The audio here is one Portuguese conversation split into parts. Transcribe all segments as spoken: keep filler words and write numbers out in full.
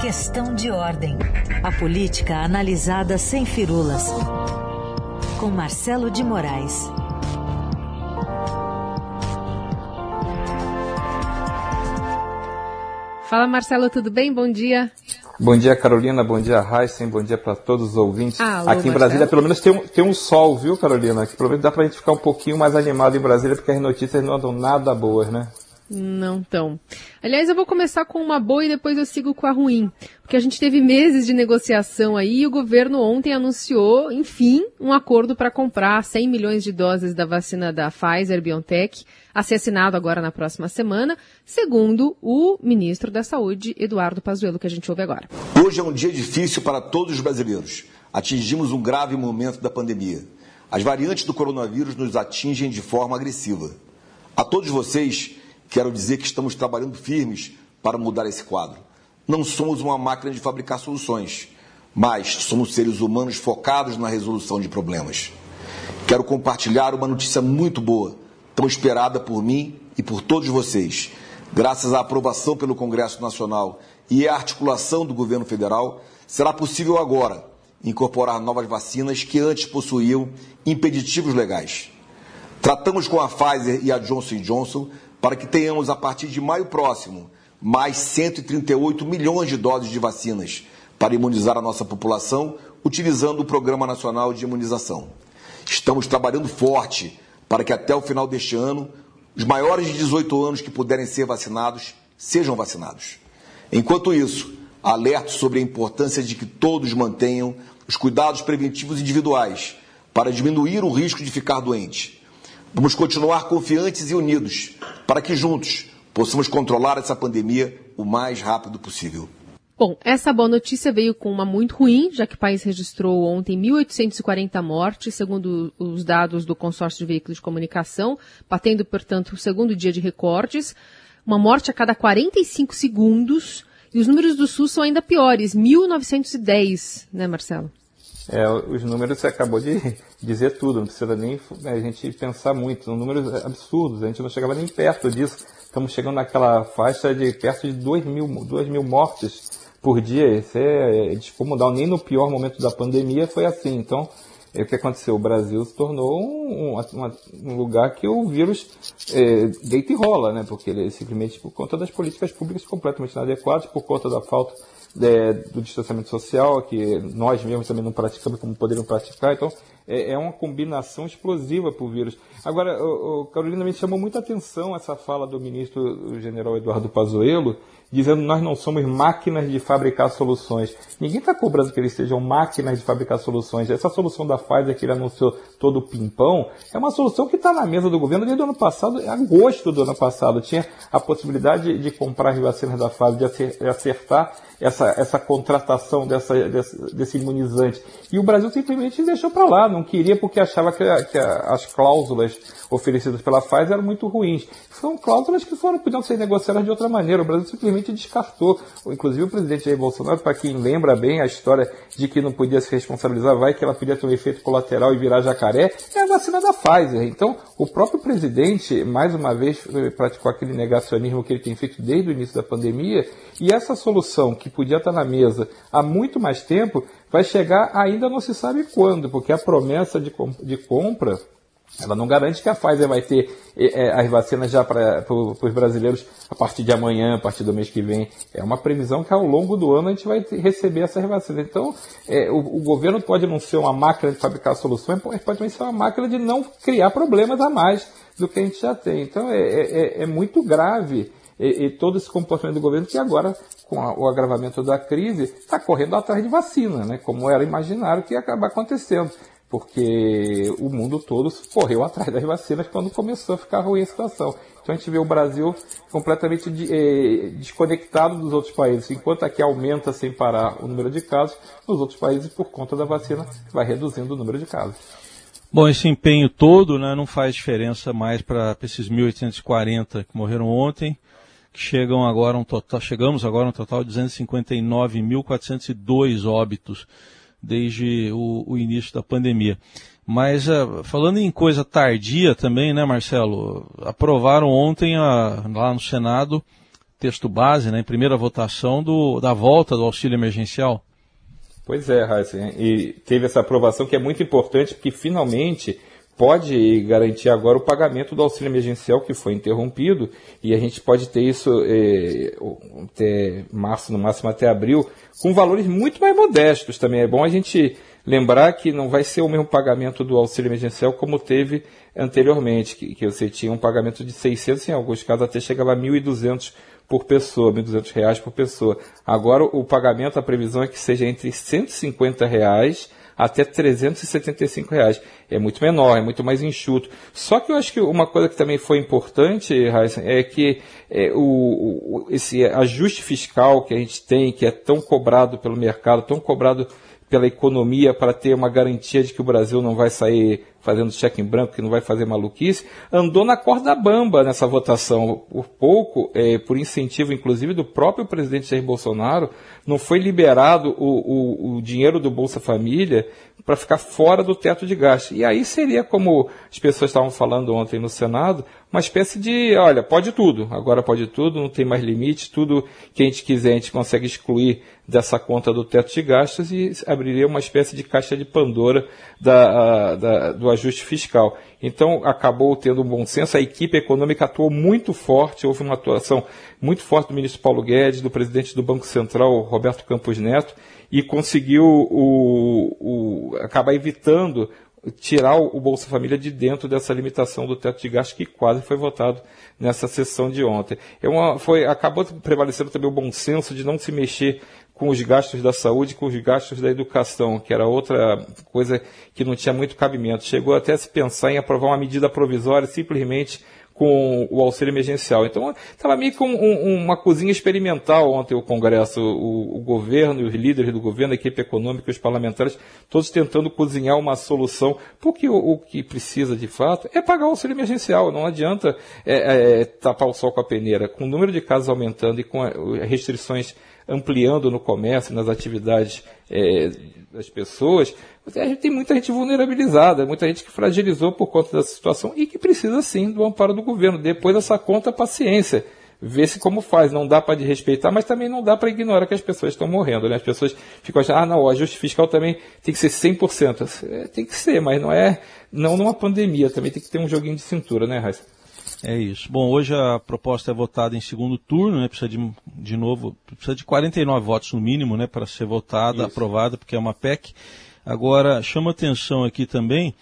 Questão de ordem. A política analisada sem firulas. Com Marcelo de Moraes. Fala, Marcelo, tudo bem? Bom dia. Bom dia, Carolina. Bom dia, Raíssen. Bom dia para todos os ouvintes. Alô, aqui em Brasília, Marcelo. pelo menos tem um, tem um sol, viu, Carolina? Aqui pelo menos dá pra gente ficar um pouquinho mais animado em Brasília, porque as notícias não andam nada boas, né? Não tão. Aliás, eu vou começar com uma boa e depois eu sigo com a ruim. Porque a gente teve meses de negociação aí e o governo ontem anunciou, enfim, um acordo para comprar cem milhões de doses da vacina da Pfizer-BioNTech, a ser assinado agora na próxima semana, segundo o ministro da Saúde, Eduardo Pazuello, que a gente ouve agora. Hoje é um dia difícil para todos os brasileiros. Atingimos um grave momento da pandemia. As variantes do coronavírus nos atingem de forma agressiva. A todos vocês, quero dizer que estamos trabalhando firmes para mudar esse quadro. Não somos uma máquina de fabricar soluções, mas somos seres humanos focados na resolução de problemas. Quero compartilhar uma notícia muito boa, tão esperada por mim e por todos vocês. Graças à aprovação pelo Congresso Nacional e à articulação do governo federal, será possível agora incorporar novas vacinas que antes possuíam impeditivos legais. Tratamos com a Pfizer e a Johnson and Johnson para que tenhamos, a partir de maio próximo, mais cento e trinta e oito milhões de doses de vacinas para imunizar a nossa população, utilizando o Programa Nacional de Imunização. Estamos trabalhando forte para que até o final deste ano, os maiores de dezoito anos que puderem ser vacinados, sejam vacinados. Enquanto isso, alerto sobre a importância de que todos mantenham os cuidados preventivos individuais para diminuir o risco de ficar doente. Vamos continuar confiantes e unidos para que juntos possamos controlar essa pandemia o mais rápido possível. Bom, essa boa notícia veio com uma muito ruim, já que o país registrou ontem mil oitocentas e quarenta mortes, segundo os dados do consórcio de veículos de comunicação, batendo, portanto, o segundo dia de recordes. Uma morte a cada quarenta e cinco segundos, e os números do SUS são ainda piores, mil novecentos e dez, né, Marcelo? É, os números você acabou de dizer tudo, não precisa nem a gente pensar muito, são números absurdos, a gente não chegava nem perto disso. Estamos chegando naquela faixa de perto de dois mil, dois mil mortes por dia. Isso é descomunal, nem no pior momento da pandemia foi assim. Então, é, o que aconteceu? O Brasil se tornou um, um, um lugar que o vírus é, deita e rola, né? Porque ele simplesmente por conta das políticas públicas completamente inadequadas, por conta da falta É, do distanciamento social, que nós mesmos também não praticamos como poderiam praticar. Então, é, é uma combinação explosiva para o vírus. Agora, o, o Carolina, me chamou muita atenção essa fala do ministro, o general Eduardo Pazuello, dizendo que nós não somos máquinas de fabricar soluções. Ninguém está cobrando que eles sejam máquinas de fabricar soluções. Essa solução da Pfizer que ele anunciou todo o pimpão, é uma solução que está na mesa do governo desde o ano passado, em agosto do ano passado. Tinha a possibilidade de comprar as vacinas da Pfizer, de acertar essa, essa contratação dessa, desse, desse imunizante. E o Brasil simplesmente deixou para lá, não queria porque achava que, a, que a, as cláusulas oferecidas pela Pfizer eram muito ruins. São cláusulas que foram, podiam ser negociadas de outra maneira. O Brasil simplesmente descartou. Inclusive o presidente Jair Bolsonaro, para quem lembra bem a história de que não podia se responsabilizar, vai que ela podia ter um efeito colateral e virar jacaré, é a vacina da Pfizer. Então, o próprio presidente, mais uma vez, praticou aquele negacionismo que ele tem feito desde o início da pandemia, e essa solução que podia estar na mesa há muito mais tempo, vai chegar ainda não se sabe quando, porque a promessa de, de compra, ela não garante que a Pfizer vai ter é, as vacinas já para os brasileiros a partir de amanhã, a partir do mês que vem. É uma previsão que ao longo do ano a gente vai ter, receber essas vacinas. Então, é, o, o governo pode não ser uma máquina de fabricar soluções, mas pode também ser uma máquina de não criar problemas a mais do que a gente já tem. Então, é, é, é muito grave e, e todo esse comportamento do governo que agora, com a, o agravamento da crise, está correndo atrás de vacina, né? Como era imaginário que ia acabar acontecendo. Porque o mundo todo correu atrás das vacinas quando começou a ficar ruim a situação. Então a gente vê o Brasil completamente de, eh, desconectado dos outros países. Enquanto aqui aumenta sem parar o número de casos, nos outros países, por conta da vacina, vai reduzindo o número de casos. Bom, esse empenho todo, né, não faz diferença mais para esses mil oitocentos e quarenta que morreram ontem, que chegam agora um total, chegamos agora a um total de duzentos e cinquenta e nove mil quatrocentos e dois óbitos desde o, o início da pandemia. Mas, uh, falando em coisa tardia também, né, Marcelo? Aprovaram ontem, a, lá no Senado, texto base, né, em primeira votação, do, da volta do auxílio emergencial. Pois é, Raíssa, e teve essa aprovação que é muito importante, porque finalmente pode garantir agora o pagamento do auxílio emergencial que foi interrompido, e a gente pode ter isso é, até março, no máximo até abril, com valores muito mais modestos também. É bom a gente lembrar que não vai ser o mesmo pagamento do auxílio emergencial como teve anteriormente, que, que você tinha um pagamento de seiscentos, em alguns casos até chegava a mil e duzentos por pessoa, mil e duzentos reais por pessoa. Agora o pagamento, a previsão é que seja entre cento e cinquenta reais até trezentos e setenta e cinco reais. É muito menor, é muito mais enxuto. Só que eu acho que uma coisa que também foi importante, Raíssa, é que é, o, o, esse ajuste fiscal que a gente tem, que é tão cobrado pelo mercado, tão cobrado pela economia para ter uma garantia de que o Brasil não vai sair fazendo cheque em branco, que não vai fazer maluquice, andou na corda bamba nessa votação. Por pouco, é, por incentivo inclusive do próprio presidente Jair Bolsonaro, não foi liberado o, o, o dinheiro do Bolsa Família para ficar fora do teto de gasto. E aí seria, como as pessoas estavam falando ontem no Senado, uma espécie de, olha, pode tudo, agora pode tudo, não tem mais limite, tudo que a gente quiser a gente consegue excluir dessa conta do teto de gastos e abriria uma espécie de caixa de Pandora da, a, da, do ajuste fiscal. Então, acabou tendo um bom senso, a equipe econômica atuou muito forte, houve uma atuação muito forte do ministro Paulo Guedes, do presidente do Banco Central, Roberto Campos Neto, e conseguiu o, o, acabar evitando tirar o Bolsa Família de dentro dessa limitação do teto de gasto que quase foi votado nessa sessão de ontem. É uma, foi, acabou prevalecendo também o bom senso de não se mexer com os gastos da saúde, com os gastos da educação, que era outra coisa que não tinha muito cabimento. Chegou até a se pensar em aprovar uma medida provisória simplesmente com o auxílio emergencial. Então, estava meio que um, um, uma cozinha experimental ontem o Congresso, o, o governo e os líderes do governo, a equipe econômica e os parlamentares, todos tentando cozinhar uma solução, porque o, o que precisa de fato é pagar o auxílio emergencial. Não adianta é, é, tapar o sol com a peneira. Com o número de casos aumentando e com restrições ampliando no comércio, nas atividades é, das pessoas, a gente tem muita gente vulnerabilizada, muita gente que fragilizou por conta dessa situação e que precisa sim do amparo do governo. Depois dessa conta, paciência, vê-se como faz. Não dá para desrespeitar, mas também não dá para ignorar que as pessoas estão morrendo, né? As pessoas ficam achando, ah não, o ajuste fiscal também tem que ser cem por cento. É, tem que ser, mas não é, não numa pandemia, também tem que ter um joguinho de cintura, né, Raíssa? É isso. Bom, hoje a proposta é votada em segundo turno, né? Precisa de, de novo, precisa de quarenta e nove votos no mínimo, né? Para ser votada, isso. Aprovada, porque é uma P E C. Agora, chama atenção aqui também,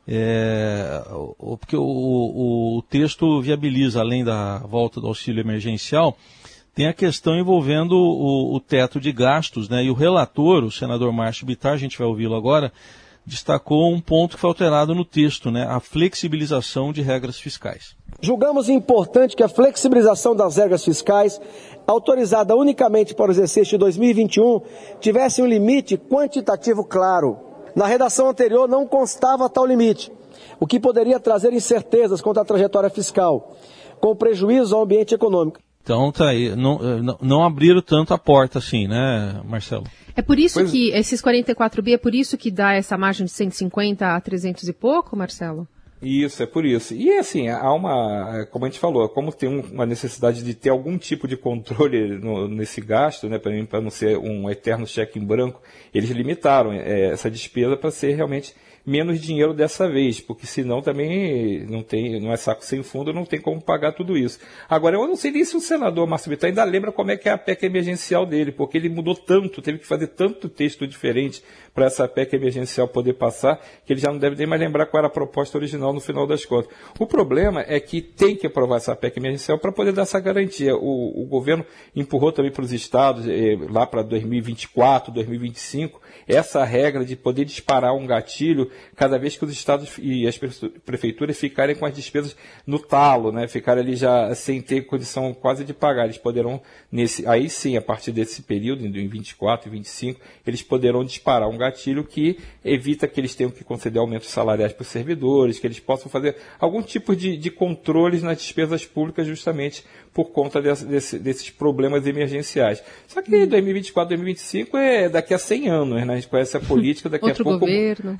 é, o, porque o, o, o texto viabiliza, além da volta do auxílio emergencial, tem a questão envolvendo o, o teto de gastos, né? E o relator, o senador Márcio Bittar, a gente vai ouvi-lo agora, destacou um ponto que foi alterado no texto, né? A flexibilização de regras fiscais. Julgamos importante que a flexibilização das regras fiscais, autorizada unicamente para o exercício de dois mil e vinte e um, tivesse um limite quantitativo claro. Na redação anterior não constava tal limite, o que poderia trazer incertezas quanto à trajetória fiscal, com prejuízo ao ambiente econômico. Então tá aí, não, não, não abriram tanto a porta assim, né, Marcelo? É por isso pois... que esses quarenta e quatro bi, é por isso que dá essa margem de cento e cinquenta a trezentos e pouco, Marcelo? Isso, é por isso. E assim, há uma, como a gente falou, como tem um, uma necessidade de ter algum tipo de controle no, nesse gasto, né, para não ser um eterno cheque em branco, eles limitaram é, essa despesa para ser realmente menos dinheiro dessa vez, porque senão também não tem, não é saco sem fundo, não tem como pagar tudo isso. Agora, eu não sei nem se o senador Márcio Bittar ainda lembra como é que é a P E C emergencial dele, porque ele mudou tanto, teve que fazer tanto texto diferente para essa P E C emergencial poder passar, que ele já não deve nem mais lembrar qual era a proposta original no final das contas. O problema é que tem que aprovar essa P E C emergencial para poder dar essa garantia. O, o governo empurrou também para os estados, eh, lá para dois mil e vinte e quatro, dois mil e vinte e cinco, essa regra de poder disparar um gatilho cada vez que os estados e as prefeituras ficarem com as despesas no talo, né, ficarem ali já sem ter condição quase de pagar. Eles poderão, nesse, aí sim, a partir desse período, em vinte e quatro e vinte e cinco, eles poderão disparar um gatilho que evita que eles tenham que conceder aumentos salariais para os servidores, que eles possam fazer algum tipo de, de controles nas despesas públicas justamente por conta desse, desse, desses problemas emergenciais. Só que dois mil e vinte e quatro, dois mil e vinte e cinco é daqui a cem anos, né? A gente conhece a política, daqui outro a pouco... governo. É outro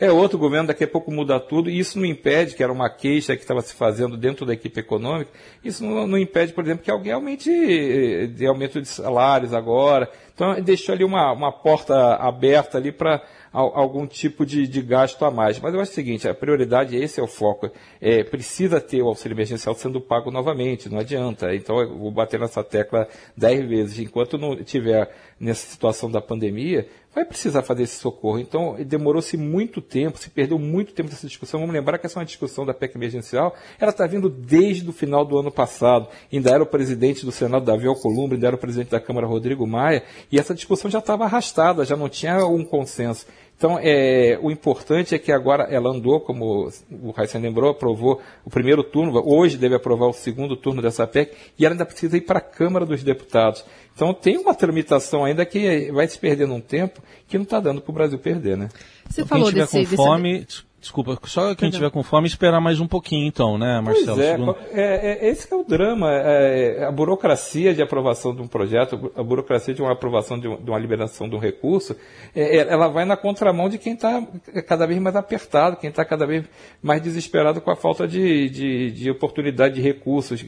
governo daqui a pouco muda tudo, e isso não impede, que era uma queixa que estava se fazendo dentro da equipe econômica, isso não, não impede, por exemplo, que alguém aumente de aumento de salários agora. Então, deixou ali uma, uma porta aberta ali para algum tipo de, de gasto a mais. Mas eu acho o seguinte, a prioridade, esse é o foco, é, precisa ter o auxílio emergencial sendo pago novamente, não adianta. Então eu vou bater nessa tecla dez vezes. Enquanto não tiver nessa situação da pandemia, vai precisar fazer esse socorro. Então demorou-se muito tempo, se perdeu muito tempo nessa discussão. Vamos lembrar que essa é uma discussão da P E C emergencial, ela está vindo desde o final do ano passado. Ainda era o presidente do Senado, Davi Alcolumbre, ainda era o presidente da Câmara, Rodrigo Maia, e essa discussão já estava arrastada, já não tinha um consenso. Então, é, o importante é que agora ela andou, como o Raíssa lembrou, aprovou o primeiro turno, hoje deve aprovar o segundo turno dessa P E C, e ela ainda precisa ir para a Câmara dos Deputados. Então, tem uma tramitação ainda que vai se perdendo um tempo que não está dando para o Brasil perder, né? Você então, falou quem tiver desse, com fome... desse... Desculpa, só quem estiver com fome esperar mais um pouquinho então, né, Marcelo? Pois é, é, é, esse é o drama, é, a burocracia de aprovação de um projeto, a burocracia de uma aprovação de, um, de uma liberação de um recurso, é, ela vai na contramão de quem está cada vez mais apertado, quem está cada vez mais desesperado com a falta de, de, de oportunidade de recursos.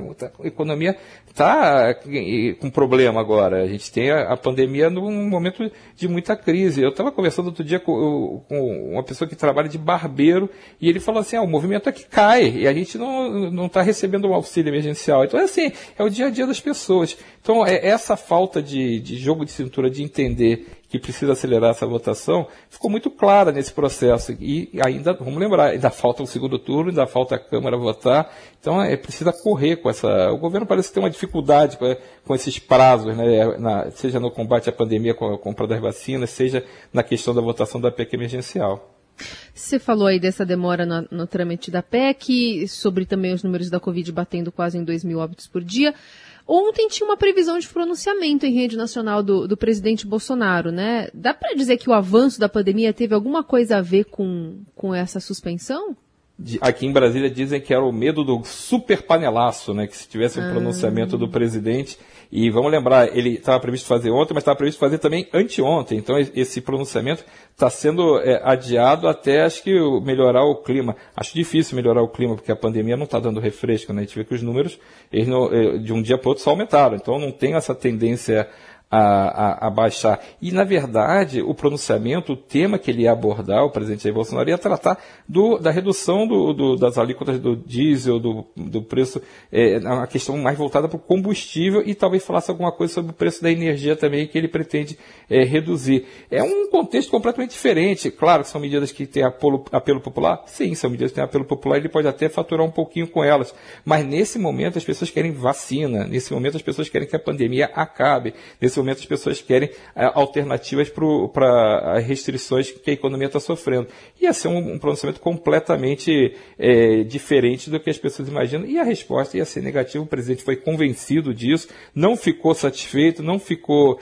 A economia está com problema agora, a gente tem a, a pandemia num momento de muita crise. Eu estava conversando outro dia com, com uma pessoa que trabalha de barbeiro, e ele falou assim, ah, o movimento é que cai, e a gente não está recebendo um auxílio emergencial. Então, é assim, é o dia a dia das pessoas. Então, é essa falta de, de jogo de cintura, de entender que precisa acelerar essa votação, ficou muito clara nesse processo. E ainda, vamos lembrar, ainda falta o segundo turno, ainda falta a Câmara votar. Então, é precisa correr com essa... O governo parece ter uma dificuldade com, com esses prazos, né? Na, seja no combate à pandemia, com a compra das vacinas, seja na questão da votação da P E C emergencial. Você falou aí dessa demora no, no trâmite da P E C, sobre também os números da Covid batendo quase em dois mil óbitos por dia. Ontem tinha uma previsão de pronunciamento em rede nacional do, do presidente Bolsonaro, né? Dá para dizer que o avanço da pandemia teve alguma coisa a ver com, com essa suspensão? Aqui em Brasília dizem que era o medo do super panelaço, né? Que se tivesse um ah. pronunciamento do presidente. E vamos lembrar, ele estava previsto fazer ontem, mas estava previsto fazer também anteontem. Então esse pronunciamento está sendo é, adiado até, acho que, melhorar o clima. Acho difícil melhorar o clima, porque a pandemia não está dando refresco, né? A gente vê que os números, eles não, de um dia para o outro, só aumentaram. Então não tem essa tendência A, a, a baixar. E, na verdade, o pronunciamento, o tema que ele ia abordar, o presidente Jair Bolsonaro, ia tratar do, da redução do, do, das alíquotas do diesel, do, do preço, é, uma questão mais voltada para o combustível, e talvez falasse alguma coisa sobre o preço da energia também, que ele pretende é, reduzir. É um contexto completamente diferente. Claro que são medidas que têm apelo, apelo popular. Sim, são medidas que têm apelo popular, ele pode até faturar um pouquinho com elas. Mas, nesse momento, as pessoas querem vacina. Nesse momento, as pessoas querem que a pandemia acabe. Nesse momento as pessoas querem é, alternativas para as restrições que a economia está sofrendo. Ia ser um, um pronunciamento completamente é, diferente do que as pessoas imaginam, e a resposta ia ser negativa. O presidente foi convencido disso, não ficou satisfeito, não ficou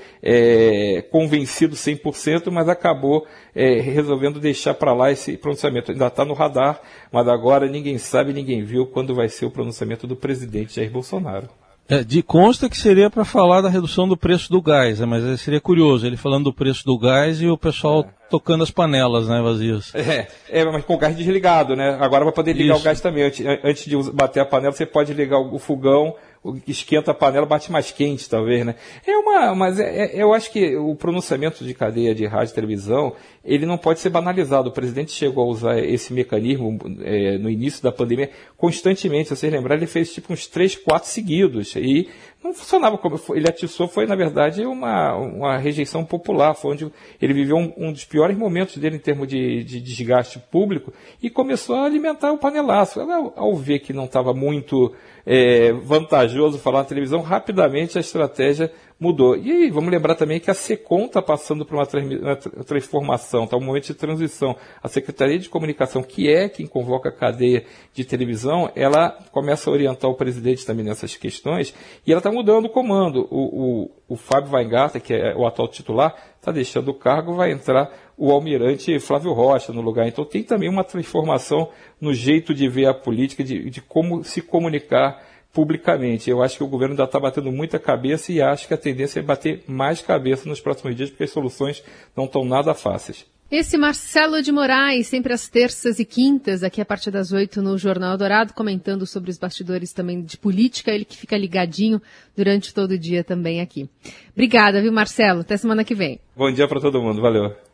é, convencido cem por cento, mas acabou é, resolvendo deixar para lá esse pronunciamento. Ainda está no radar, mas agora ninguém sabe, ninguém viu quando vai ser o pronunciamento do presidente Jair Bolsonaro. É, de consta que seria para falar da redução do preço do gás, né? Mas seria curioso, ele falando do preço do gás e o pessoal é. tocando as panelas, né, vazias. É, é, mas com o gás desligado, né? Agora vai poder ligar Isso. o gás também. Antes, antes de bater a panela, você pode ligar o fogão, esquenta a panela, bate mais quente, talvez, né? É uma, mas é, é, eu acho que o pronunciamento de cadeia de rádio e televisão, ele não pode ser banalizado. O presidente chegou a usar esse mecanismo é, no início da pandemia constantemente. Se vocês lembrarem, ele fez tipo uns três, quatro seguidos. E não funcionava como ele atiçou, foi na verdade uma, uma rejeição popular, foi onde ele viveu um, um dos piores momentos dele em termos de, de desgaste público, e começou a alimentar o panelaço. Ao, ao ver que não estava muito é, vantajoso falar na televisão, rapidamente a estratégia mudou. E aí, vamos lembrar também que a SECOM está passando por uma, uma transformação, está um momento de transição. A Secretaria de Comunicação, que é quem convoca a cadeia de televisão, ela começa a orientar o presidente também nessas questões, e ela está mudando o comando. O, o, o Fábio Weingarten, que é o atual titular, está deixando o cargo, vai entrar o almirante Flávio Rocha no lugar. Então tem também uma transformação no jeito de ver a política, de, de como se comunicar publicamente. Eu acho que o governo ainda está batendo muita cabeça, e acho que a tendência é bater mais cabeça nos próximos dias, porque as soluções não estão nada fáceis. Esse Marcelo de Moraes, sempre às terças e quintas, aqui a partir das oito no Jornal Dourado, comentando sobre os bastidores também de política, ele que fica ligadinho durante todo o dia também aqui. Obrigada, viu, Marcelo? Até semana que vem. Bom dia para todo mundo, valeu.